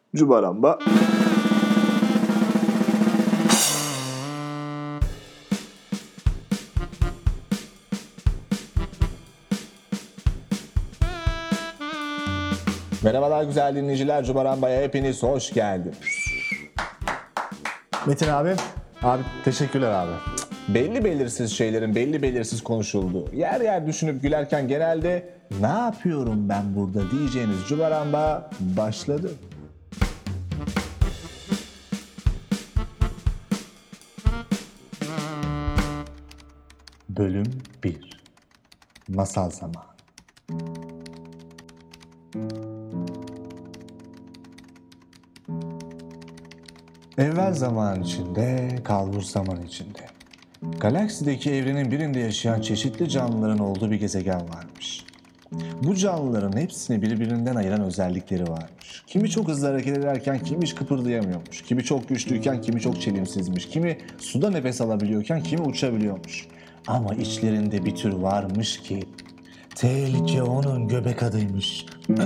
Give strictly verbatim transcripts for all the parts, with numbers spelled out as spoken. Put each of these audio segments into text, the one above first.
Cubaramba. Merhabalar güzel dinleyiciler, Cubaramba'ya hepiniz hoş geldiniz. Metin abi, abi teşekkürler abi. Belli belirsiz şeylerin belli belirsiz konuşulduğu, yer yer düşünüp gülerken genelde ne yapıyorum ben burada diyeceğiniz Cubaramba başladı. Bölüm bir. Masal zamanı. Evvel zaman içinde, kalbur zaman içinde. Galaksideki evrenin birinde yaşayan çeşitli canlıların olduğu bir gezegen varmış. Bu canlıların hepsini birbirinden ayıran özellikleri varmış. Kimi çok hızlı hareket ederken kimi hiç kıpırdayamıyormuş. Kimi çok güçlüyken kimi çok çelimsizmiş. Kimi suda nefes alabiliyorken kimi uçabiliyormuş. Ama içlerinde bir tür varmış ki tehlike onun göbek adıymış.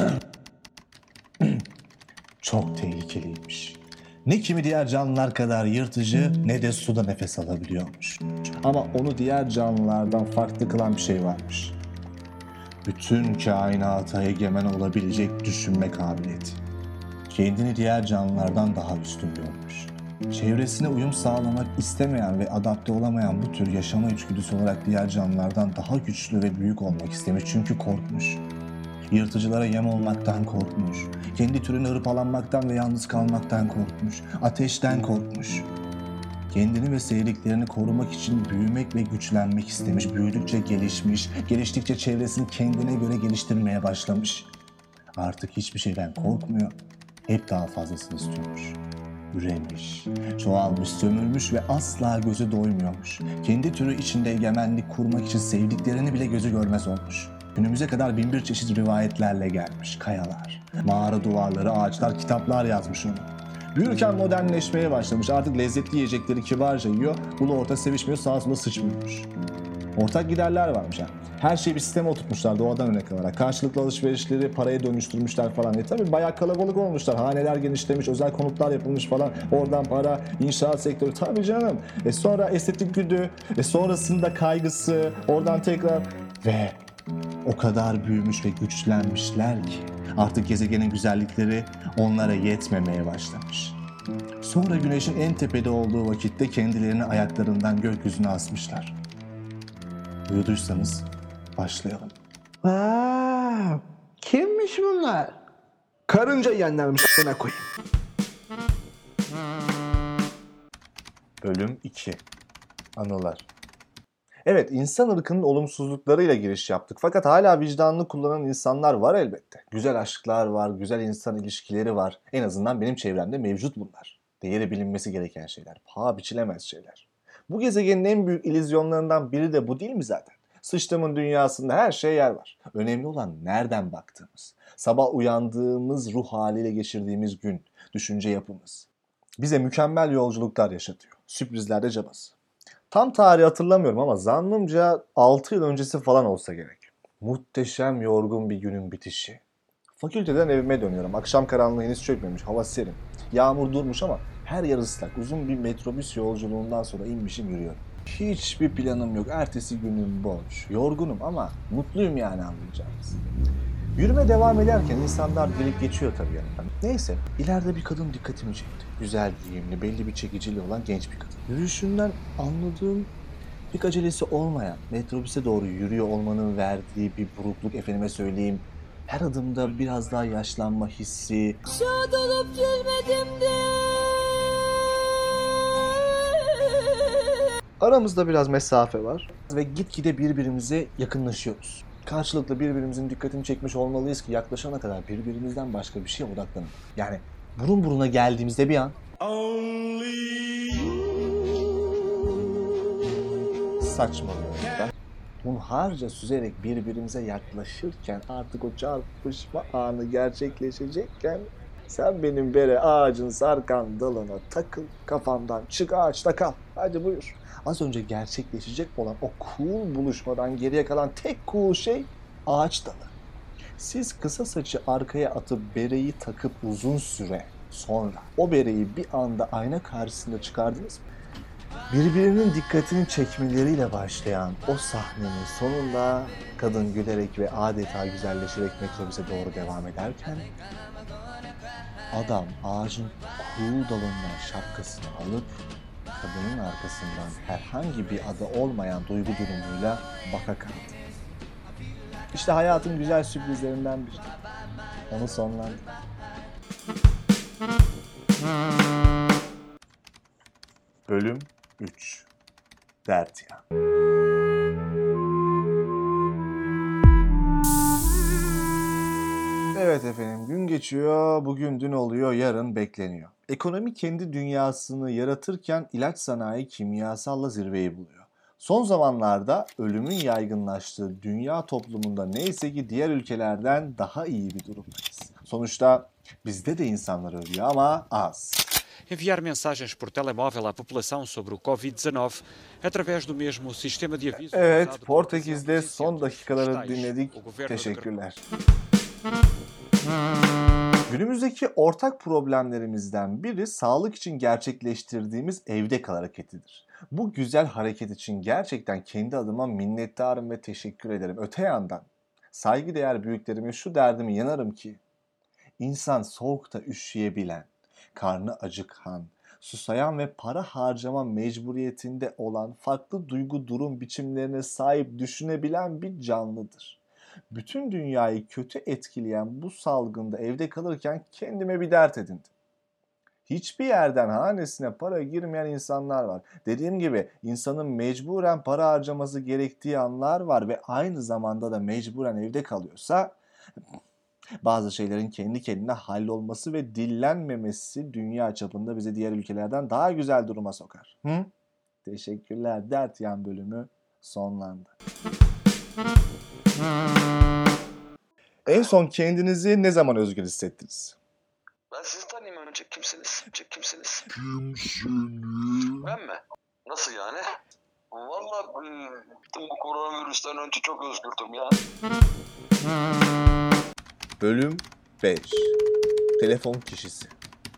Çok tehlikeliymiş. Ne kimi diğer canlılar kadar yırtıcı ne de suda nefes alabiliyormuş. Ama onu diğer canlılardan farklı kılan bir şey varmış. Bütün kainata egemen olabilecek düşünme kabiliyeti. Kendini diğer canlılardan daha üstün görmüş. Çevresine uyum sağlamak istemeyen ve adapte olamayan bu tür yaşama içgüdüsü olarak diğer canlılardan daha güçlü ve büyük olmak istemiş çünkü korkmuş. Yırtıcılara yem olmaktan korkmuş. Kendi türünü hırpalanmaktan ve yalnız kalmaktan korkmuş. Ateşten korkmuş. Kendini ve sevdiklerini korumak için büyümek ve güçlenmek istemiş. Büyüdükçe gelişmiş, geliştikçe çevresini kendine göre geliştirmeye başlamış. Artık hiçbir şeyden korkmuyor. Hep daha fazlasını istiyormuş. Üremiş, çoğalmış, sömürmüş ve asla gözü doymuyormuş. Kendi türü içinde egemenlik kurmak için sevdiklerini bile gözü görmez olmuş. Günümüze kadar bin bir çeşit rivayetlerle gelmiş. Kayalar, mağara duvarları, ağaçlar, kitaplar yazmış onu. Büyürken modernleşmeye başlamış. Artık lezzetli yiyecekleri kibarca yiyor. Ulu orta sevişmiyor, sağa sola sıçmıyormuş. Ortak giderler varmış yani. Her şeyi bir sisteme oturtmuşlar doğadan örnek alarak. Karşılıklı alışverişleri paraya dönüştürmüşler falan. E tabii bayağı kalabalık olmuşlar. Haneler genişlemiş, özel konutlar yapılmış falan. Oradan para, inşaat sektörü. Tabii canım. E sonra estetik güdü, e sonrasında kaygısı, oradan tekrar ve o kadar büyümüş ve güçlenmişler ki artık gezegenin güzellikleri onlara yetmemeye başlamış. Sonra güneşin en tepede olduğu vakitte kendilerini ayaklarından gökyüzüne asmışlar. Uyuduysanız başlayalım. Aa, kimmiş bunlar? Karınca yiyenlermiş sana koyayım. Bölüm iki. Anılar. Evet, insan ırkının olumsuzluklarıyla giriş yaptık. Fakat hala vicdanını kullanan insanlar var elbette. Güzel aşklar var, güzel insan ilişkileri var. En azından benim çevremde mevcut bunlar. Değeri bilinmesi gereken şeyler, paha biçilemez şeyler. Bu gezegenin en büyük illüzyonlarından biri de bu değil mi zaten? Sıçtığımın dünyasında her şey yer var. Önemli olan nereden baktığımız. Sabah uyandığımız ruh haliyle geçirdiğimiz gün, düşünce yapımız. Bize mükemmel yolculuklar yaşatıyor. Sürprizler de cabası. Tam tarihi hatırlamıyorum ama zannımca altı yıl öncesi falan olsa gerek. Muhteşem yorgun bir günün bitişi. Fakülteden evime dönüyorum. Akşam karanlığı henüz çökmemiş. Hava serin. Yağmur durmuş ama her yer ıslak. Uzun bir metrobüs yolculuğundan sonra inmişim yürüyorum. Hiçbir planım yok. Ertesi günüm boş. Yorgunum ama mutluyum yani anlayacağınız. Yürüme devam ederken insanlar gelip geçiyor tabii yanımdan. Neyse, ileride bir kadın dikkatimi çekti. Güzel giyimli, belli bir çekiciliği olan genç bir kadın. Yürüyüşünden anladığım pek acelesi olmayan, metrobüse doğru yürüyor olmanın verdiği bir burukluk, efendime söyleyeyim, her adımda biraz daha yaşlanma hissi. Şad olup gülmedim de. Aramızda biraz mesafe var ve gitgide birbirimize yakınlaşıyoruz. Karşılıklı birbirimizin dikkatini çekmiş olmalıyız ki yaklaşana kadar birbirimizden başka bir şeye odaklanalım. Yani burun buruna geldiğimizde bir an saçmalıyorum ben. Hunharca süzerek birbirimize yaklaşırken artık o çarpışma anı gerçekleşecekken sen benim bere ağacın sarkan dalına takıl, kafamdan çık ağaçta kal. Hadi buyur. Az önce gerçekleşecek olan o cool buluşmadan geriye kalan tek cool şey ağaç dalı. Siz kısa saçı arkaya atıp bereyi takıp uzun süre Sonra o bereyi bir anda ayna karşısında çıkardınız mı? Birbirinin dikkatini çekmeleriyle başlayan o sahnenin sonunda kadın gülerek ve adeta güzelleşerek metrobüse doğru devam ederken adam ağacın kuğu dalından şapkasını alıp kadının arkasından herhangi bir adı olmayan duygu durumuyla baka kaldı. İşte hayatın güzel sürprizlerinden biri. Onu sonlandı. Bölüm üç. Dert ya. Evet efendim, gün geçiyor, bugün dün oluyor, yarın bekleniyor. Ekonomi kendi dünyasını yaratırken ilaç sanayi kimyasalla zirveyi buluyor. Son zamanlarda ölümün yaygınlaştığı dünya toplumunda neyse ki diğer ülkelerden daha iyi bir durumdayız. Sonuçta bizde de insanlar ölüyor ama az. Enviar mensagens por telemóvel à população sobre o covid dezenove através do mesmo sistema de aviso. Evet, usado por Portekiz'de televisão son oficial dakikaları dos cristais. dinledik. O governo de Teşekkürler. Günümüzdeki ortak problemlerimizden biri sağlık için gerçekleştirdiğimiz evde kal hareketidir. Bu güzel hareket için gerçekten kendi adıma minnettarım ve teşekkür ederim. Öte yandan saygıdeğer büyüklerimin şu derdimi yanarım ki insan soğukta üşüyebilen, karnı acıkan, susayan ve para harcama mecburiyetinde olan farklı duygu durum biçimlerine sahip düşünebilen bir canlıdır. Bütün dünyayı kötü etkileyen bu salgında evde kalırken kendime bir dert edindim. Hiçbir yerden hanesine para girmeyen insanlar var. Dediğim gibi insanın mecburen para harcaması gerektiği anlar var ve aynı zamanda da mecburen evde kalıyorsa bazı şeylerin kendi kendine hallolması ve dillenmemesi dünya çapında bizi diğer ülkelerden daha güzel duruma sokar. Hı? Teşekkürler. Dert yan bölümü sonlandı. En son kendinizi ne zaman özgür hissettiniz? Ben sizi tanıyayım önce. Kimsiniz? Önce kimsiniz? Kimsiniz? Ben mi? Nasıl yani? Vallahi bu koronavirüsten önce çok özgürdüm ya. Bölüm beş. Telefon kişisi.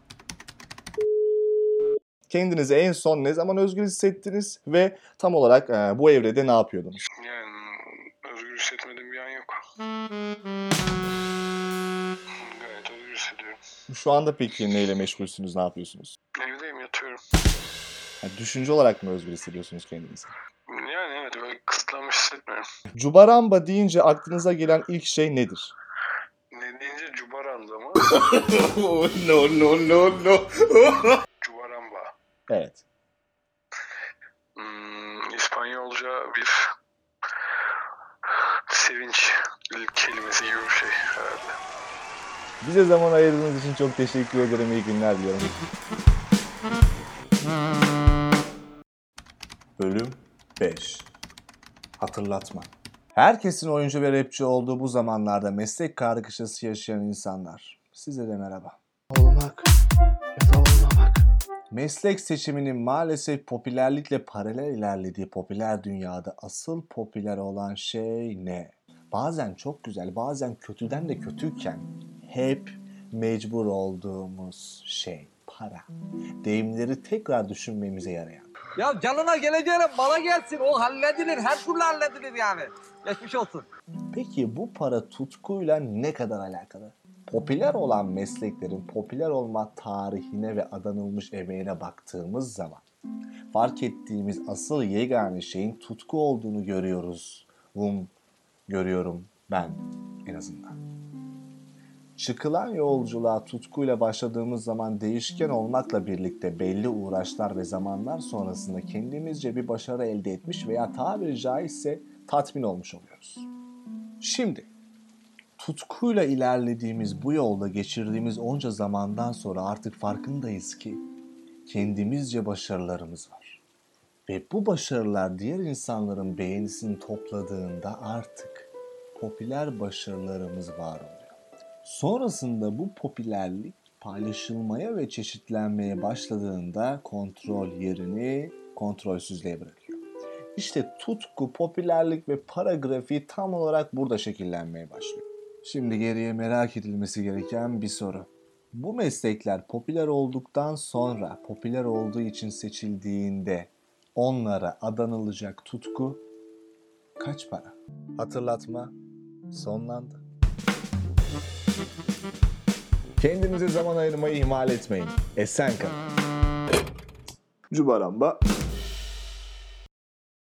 Kendinizi en son ne zaman özgür hissettiniz ve tam olarak e, bu evrede ne yapıyordunuz? Yani özgür hissetmediğim bir an yok. Gayet özgür hissediyorum. Şu anda peki neyle meşgulsünüz, ne yapıyorsunuz? Evdeyim, yatıyorum. Yani düşünce olarak mı özgür hissediyorsunuz kendinizi? Yani evet, böyle kısıtlanmış hissetmiyorum. Cubaramba deyince aklınıza gelen ilk şey nedir? Ne deyince Cubaranda mı? no no no no. Cubaramba. Evet. Hmm, İspanyolca bir sevinç kelimesi gibi bir şey herhalde. Bize zaman ayırdığınız için çok teşekkür ederim. İyi günler diliyorum. Bölüm beş. Hatırlatma. Herkesin oyuncu ve rapçi olduğu bu zamanlarda meslek kargaşası yaşayan insanlar. Size de merhaba. Olmak ya da olmamak. Meslek seçiminin maalesef popülerlikle paralel ilerlediği popüler dünyada asıl popüler olan şey ne? Bazen çok güzel, bazen kötüden de kötüyken hep mecbur olduğumuz şey para. Deyimleri tekrar düşünmemize yarayan. Ya canına geleceğine bana gelsin. O halledilir. Her türlü halledilir yani. Geçmiş olsun. Peki bu para tutkuyla ne kadar alakalı? Popüler olan mesleklerin popüler olma tarihine ve adanılmış emeğine baktığımız zaman fark ettiğimiz asıl yegane şeyin tutku olduğunu görüyoruz. Bum, görüyorum ben en azından. Çıkılan yolculuğa tutkuyla başladığımız zaman değişken olmakla birlikte belli uğraşlar ve zamanlar sonrasında kendimizce bir başarı elde etmiş veya tabiri caizse tatmin olmuş oluyoruz. Şimdi tutkuyla ilerlediğimiz bu yolda geçirdiğimiz onca zamandan sonra artık farkındayız ki kendimizce başarılarımız var. Ve bu başarılar diğer insanların beğenisini topladığında artık popüler başarılarımız var oluyor. Sonrasında bu popülerlik paylaşılmaya ve çeşitlenmeye başladığında kontrol yerini kontrolsüzlüğe bırakıyor. İşte tutku, popülerlik ve para grafiği tam olarak burada şekillenmeye başlıyor. Şimdi geriye merak edilmesi gereken bir soru. Bu meslekler popüler olduktan sonra, popüler olduğu için seçildiğinde onlara adanılacak tutku kaç para? Hatırlatma sonlandı. Kendinize zaman ayırmayı ihmal etmeyin. Esen kalın. Cubaramba.